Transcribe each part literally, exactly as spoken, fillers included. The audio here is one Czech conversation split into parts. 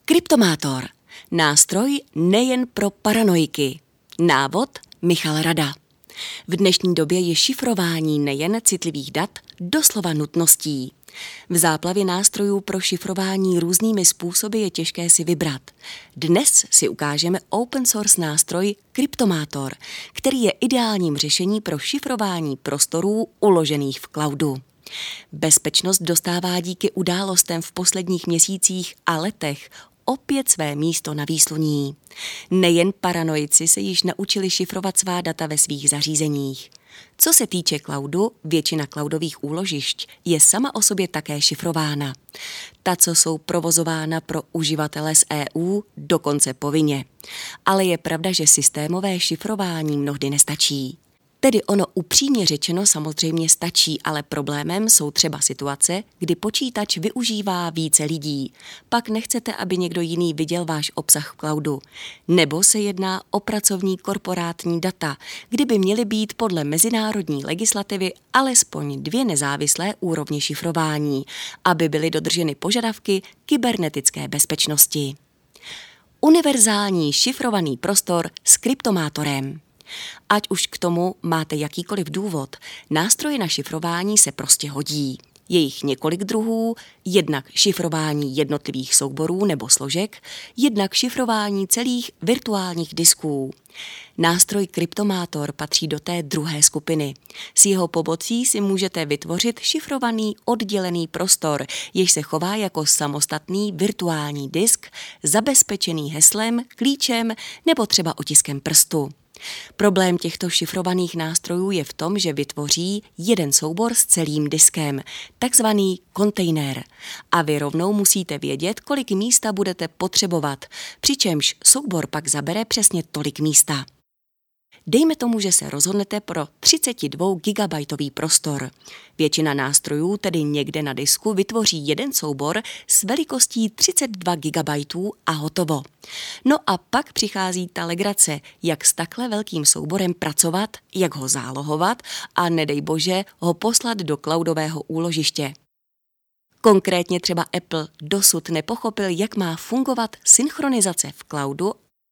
Kryptomátor. Nástroj nejen pro paranoiky. Návod Michal Rada. V dnešní době je šifrování nejen citlivých dat doslova nutností. V záplavě nástrojů pro šifrování různými způsoby je těžké si vybrat. Dnes si ukážeme open source nástroj Kryptomátor, který je ideálním řešením pro šifrování prostorů uložených v cloudu. Bezpečnost dostává díky událostem v posledních měsících a letech opět své místo na výsluní. Nejen paranoici se již naučili šifrovat svá data ve svých zařízeních. Co se týče cloudu, většina cloudových úložišť je sama o sobě také šifrována. Ta, co jsou provozována pro uživatele z E U, dokonce povinně. Ale je pravda, že systémové šifrování mnohdy nestačí. Tedy ono upřímně řečeno samozřejmě stačí, ale problémem jsou třeba situace, kdy počítač využívá více lidí. Pak nechcete, aby někdo jiný viděl váš obsah v cloudu. Nebo se jedná o pracovní korporátní data, kdy by měly být podle mezinárodní legislativy alespoň dvě nezávislé úrovně šifrování, aby byly dodrženy požadavky kybernetické bezpečnosti. Univerzální šifrovaný prostor s kryptomátorem. Ať už k tomu máte jakýkoliv důvod, nástroje na šifrování se prostě hodí. Je jich několik druhů, jednak šifrování jednotlivých souborů nebo složek, jednak šifrování celých virtuálních disků. Nástroj Kryptomátor patří do té druhé skupiny. S jeho pomocí si můžete vytvořit šifrovaný oddělený prostor, jež se chová jako samostatný virtuální disk, zabezpečený heslem, klíčem nebo třeba otiskem prstu. Problém těchto šifrovaných nástrojů je v tom, že vytvoří jeden soubor s celým diskem, takzvaný kontejner. A vy rovnou musíte vědět, kolik místa budete potřebovat, přičemž soubor pak zabere přesně tolik místa. Dejme tomu, že se rozhodnete pro třicet dva gigabajtový prostor. Většina nástrojů tedy někde na disku vytvoří jeden soubor s velikostí třicet dva gigabajtů a hotovo. No a pak přichází ta legrace, jak s takhle velkým souborem pracovat, jak ho zálohovat a nedej bože ho poslat do cloudového úložiště. Konkrétně třeba Apple dosud nepochopil, jak má fungovat synchronizace v cloudu.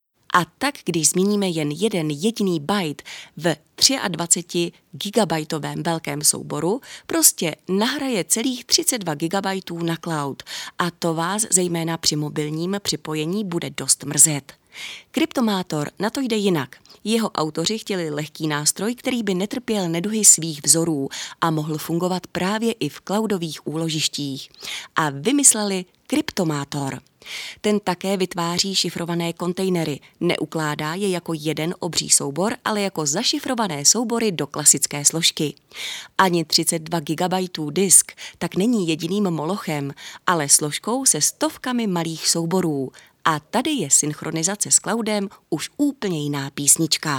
A tak, když zmíníme jen jeden jediný byte v dvacet tři gigabajtovém velkém souboru, prostě nahraje celých třicet dva gigabajtů na cloud a to vás zejména při mobilním připojení bude dost mrzet. Kryptomátor na to jde jinak. Jeho autoři chtěli lehký nástroj, který by netrpěl neduhy svých vzorů a mohl fungovat právě i v cloudových úložištích. A vymysleli Kryptomátor. Ten také vytváří šifrované kontejnery, neukládá je jako jeden obří soubor, ale jako zašifrované soubory do klasické složky. Ani třicet dva gigabajtů disk tak není jediným molochem, ale složkou se stovkami malých souborů. A tady je synchronizace s cloudem už úplně jiná písnička.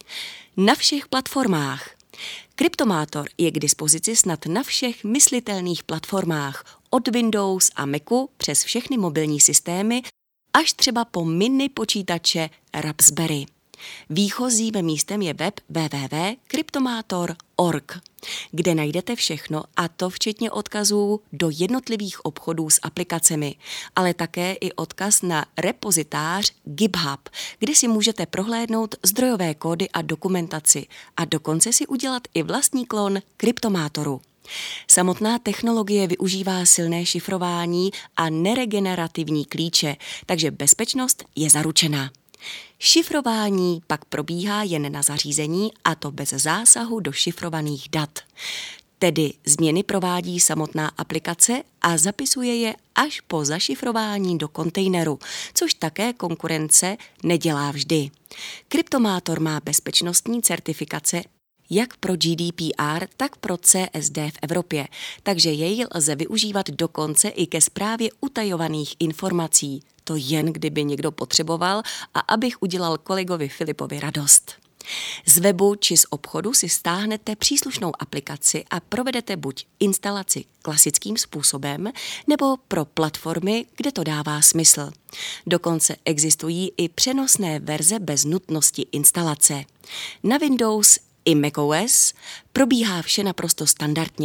Na všech platformách. Kryptomátor je k dispozici snad na všech myslitelných platformách, od Windows a Macu přes všechny mobilní systémy, až třeba po mini počítače Raspberry. Výchozím místem je web w w w tečka kryptomátor tečka org, kde najdete všechno, a to včetně odkazů do jednotlivých obchodů s aplikacemi, ale také i odkaz na repozitář GitHub, kde si můžete prohlédnout zdrojové kódy a dokumentaci a dokonce si udělat i vlastní klon Kryptomátoru. Samotná technologie využívá silné šifrování a neregenerativní klíče, takže bezpečnost je zaručena. Šifrování pak probíhá jen na zařízení, a to bez zásahu do šifrovaných dat. Tedy změny provádí samotná aplikace a zapisuje je až po zašifrování do kontejneru, což také konkurence nedělá vždy. Kryptomátor má bezpečnostní certifikace jak pro G D P R, tak pro C S D v Evropě, takže jej lze využívat dokonce i ke správě utajovaných informací. To jen kdyby někdo potřeboval a abych udělal kolegovi Filipovi radost. Z webu či z obchodu si stáhnete příslušnou aplikaci a provedete buď instalaci klasickým způsobem, nebo pro platformy, kde to dává smysl. Dokonce existují i přenosné verze bez nutnosti instalace. Na Windows i macOS probíhá vše naprosto standardně.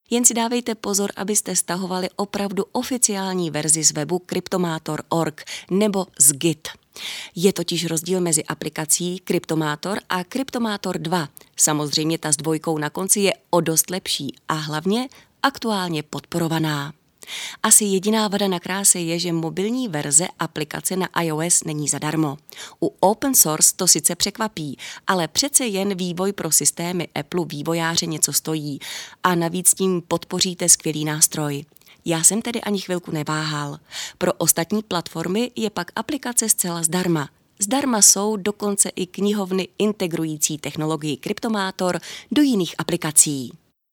Jen si dávejte pozor, abyste stahovali opravdu oficiální verzi z webu Cryptomator tečka org nebo z Git. Je totiž rozdíl mezi aplikací Cryptomator a Cryptomator dva. Samozřejmě ta s dvojkou na konci je o dost lepší a hlavně aktuálně podporovaná. Asi jediná vada na kráse je, že mobilní verze aplikace na iOS není zadarmo. U open source to sice překvapí, ale přece jen vývoj pro systémy Apple vývojáře něco stojí a navíc tím podpoříte skvělý nástroj. Já jsem tedy ani chvilku neváhal. Pro ostatní platformy je pak aplikace zcela zdarma. Zdarma jsou dokonce i knihovny integrující technologii Cryptomator do jiných aplikací.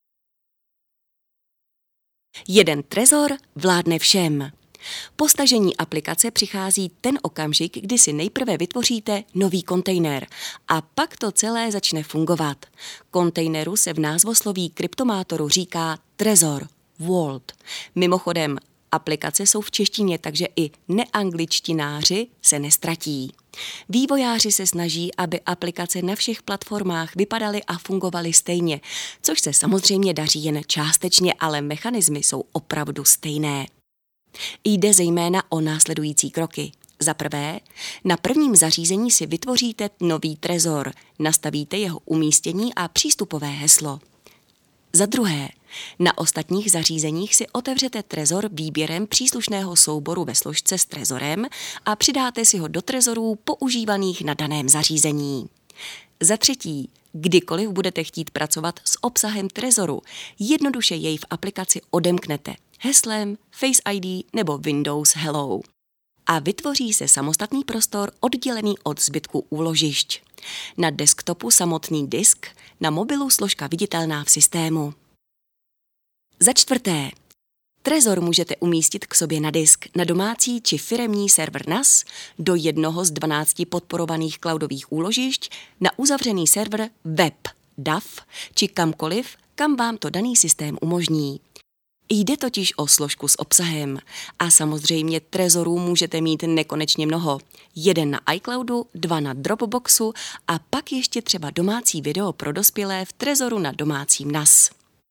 Jeden trezor vládne všem. Po stažení aplikace přichází ten okamžik, kdy si nejprve vytvoříte nový kontejner a pak to celé začne fungovat. Kontejneru se v názvosloví Cryptomatoru říká trezor, vault. Mimochodem, aplikace jsou v češtině, takže i neangličtináři se nestratí. Vývojáři se snaží, aby aplikace na všech platformách vypadaly a fungovaly stejně, což se samozřejmě daří jen částečně, ale mechanismy jsou opravdu stejné. Jde zejména o následující kroky. Za prvé, na prvním zařízení si vytvoříte nový trezor, nastavíte jeho umístění a přístupové heslo. Za druhé, na ostatních zařízeních si otevřete trezor výběrem příslušného souboru ve složce s trezorem a přidáte si ho do trezorů používaných na daném zařízení. Za třetí, kdykoliv budete chtít pracovat s obsahem trezoru, jednoduše jej v aplikaci odemknete heslem, Face I D nebo Windows Hello. A vytvoří se samostatný prostor oddělený od zbytku úložišť. Na desktopu samotný disk, na mobilu složka viditelná v systému. Za čtvrté, trezor můžete umístit k sobě na disk, na domácí či firemní server N A S, do jednoho z dvanácti podporovaných cloudových úložišť, na uzavřený server web, D A V, či kamkoliv, kam vám to daný systém umožní. Jde totiž o složku s obsahem a samozřejmě trezorů můžete mít nekonečně mnoho. Jeden na iCloudu, dva na Dropboxu a pak ještě třeba domácí video pro dospělé v trezoru na domácím N A S.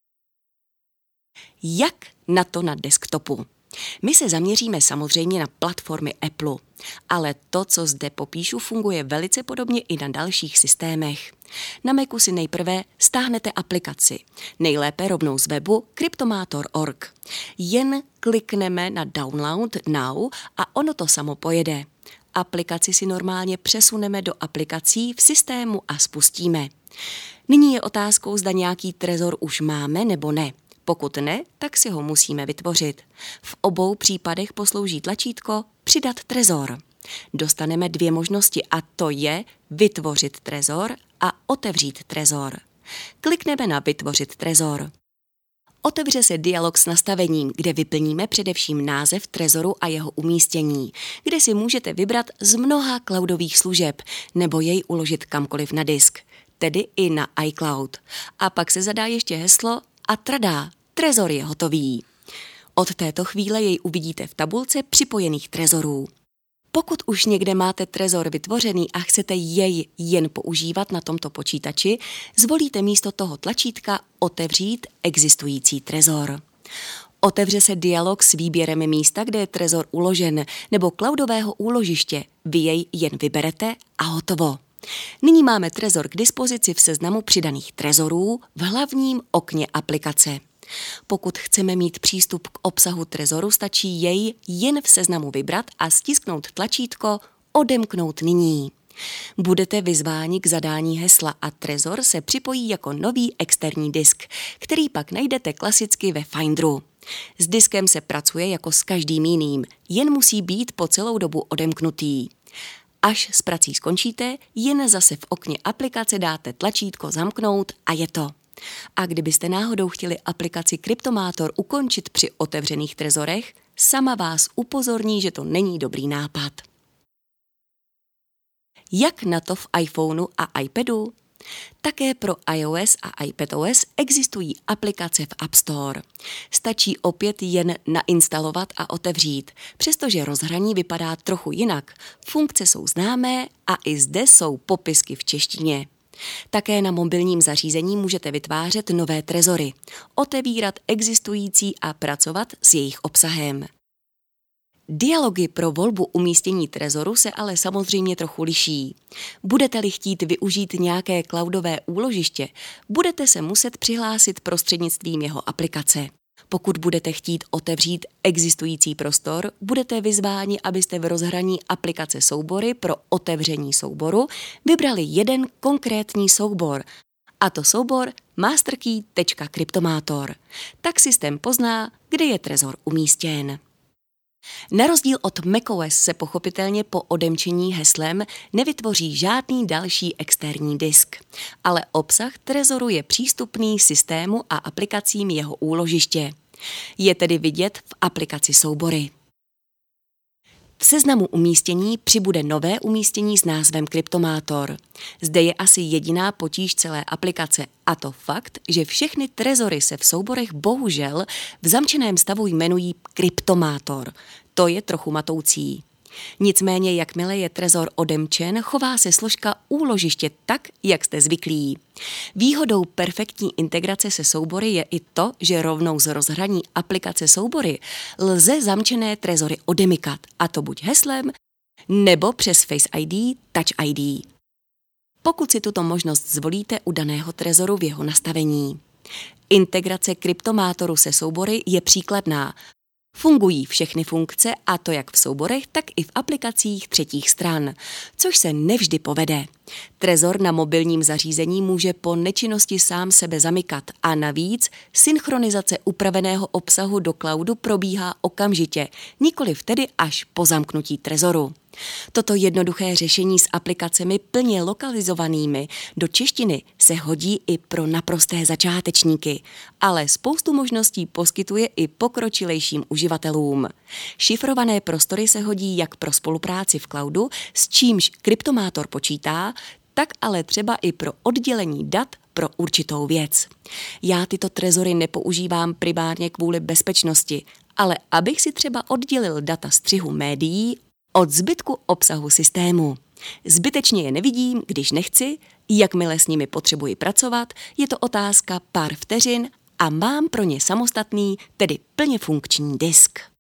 Jak na to na desktopu? My se zaměříme samozřejmě na platformy Apple, ale to, co zde popíšu, funguje velice podobně i na dalších systémech. Na Macu si nejprve stáhnete aplikaci, nejlépe rovnou z webu Cryptomator tečka org. Jen klikneme na Download Now a ono to samo pojede. Aplikaci si normálně přesuneme do aplikací v systému a spustíme. Nyní je otázkou, zda nějaký trezor už máme nebo ne. Pokud ne, tak si ho musíme vytvořit. V obou případech poslouží tlačítko Přidat trezor. Dostaneme dvě možnosti a to je vytvořit trezor a otevřít trezor. Klikneme na Vytvořit trezor. Otevře se dialog s nastavením, kde vyplníme především název trezoru a jeho umístění, kde si můžete vybrat z mnoha cloudových služeb nebo jej uložit kamkoliv na disk, tedy i na iCloud. A pak se zadá ještě heslo a tradá, trezor je hotový. Od této chvíle jej uvidíte v tabulce připojených trezorů. Pokud už někde máte trezor vytvořený a chcete jej jen používat na tomto počítači, zvolíte místo toho tlačítka Otevřít existující trezor. Otevře se dialog s výběrem místa, kde je trezor uložen, nebo cloudového úložiště. Vy jej jen vyberete a hotovo. Nyní máme trezor k dispozici v seznamu přidaných trezorů v hlavním okně aplikace. Pokud chceme mít přístup k obsahu trezoru, stačí jej jen v seznamu vybrat a stisknout tlačítko Odemknout nyní. Budete vyzváni k zadání hesla a trezor se připojí jako nový externí disk, který pak najdete klasicky ve Finderu. S diskem se pracuje jako s každým jiným, jen musí být po celou dobu odemknutý. Až s prací skončíte, jen zase v okně aplikace dáte tlačítko Zamknout a je to. A kdybyste náhodou chtěli aplikaci Cryptomator ukončit při otevřených trezorech, sama vás upozorní, že to není dobrý nápad. Jak na to v iPhoneu a iPadu? Také pro iOS a iPadOS existují aplikace v App Store. Stačí opět jen nainstalovat a otevřít, přestože rozhraní vypadá trochu jinak. Funkce jsou známé a i zde jsou popisky v češtině. Také na mobilním zařízení můžete vytvářet nové trezory, otevírat existující a pracovat s jejich obsahem. Dialogy pro volbu umístění trezoru se ale samozřejmě trochu liší. Budete-li chtít využít nějaké cloudové úložiště, budete se muset přihlásit prostřednictvím jeho aplikace. Pokud budete chtít otevřít existující prostor, budete vyzváni, abyste v rozhraní aplikace Soubory pro otevření souboru vybrali jeden konkrétní soubor, a to soubor masterkey tečka kryptomátor. Tak systém pozná, kde je trezor umístěn. Na rozdíl od macOS se pochopitelně po odemčení heslem nevytvoří žádný další externí disk, ale obsah trezoru je přístupný systému a aplikacím jeho úložiště. Je tedy vidět v aplikaci Soubory. V seznamu umístění přibude nové umístění s názvem Kryptomátor. Zde je asi jediná potíž celé aplikace, a to fakt, že všechny trezory se v souborech bohužel v zamčeném stavu jmenují Kryptomátor. To je trochu matoucí. Nicméně, jakmile je trezor odemčen, chová se složka úložiště tak, jak jste zvyklí. Výhodou perfektní integrace se soubory je i to, že rovnou z rozhraní aplikace Soubory lze zamčené trezory odemykat, a to buď heslem, nebo přes Face I D, Touch I D. Pokud si tuto možnost zvolíte u daného trezoru v jeho nastavení. Integrace kryptomátoru se soubory je příkladná. Fungují všechny funkce, a to jak v souborech, tak i v aplikacích třetích stran, což se nevždy povede. Trezor na mobilním zařízení může po nečinnosti sám sebe zamykat a navíc synchronizace upraveného obsahu do cloudu probíhá okamžitě, nikoliv tedy až po zamknutí trezoru. Toto jednoduché řešení s aplikacemi plně lokalizovanými do češtiny se hodí i pro naprosté začátečníky, ale spoustu možností poskytuje i pokročilejším uživatelům. Šifrované prostory se hodí jak pro spolupráci v cloudu, s čímž kryptomátor počítá, tak ale třeba i pro oddělení dat pro určitou věc. Já tyto trezory nepoužívám primárně kvůli bezpečnosti, ale abych si třeba oddělil data střihu médií od zbytku obsahu systému. Zbytečně je nevidím, když nechci, jakmile s nimi potřebuji pracovat, je to otázka pár vteřin a mám pro ně samostatný, tedy plně funkční disk.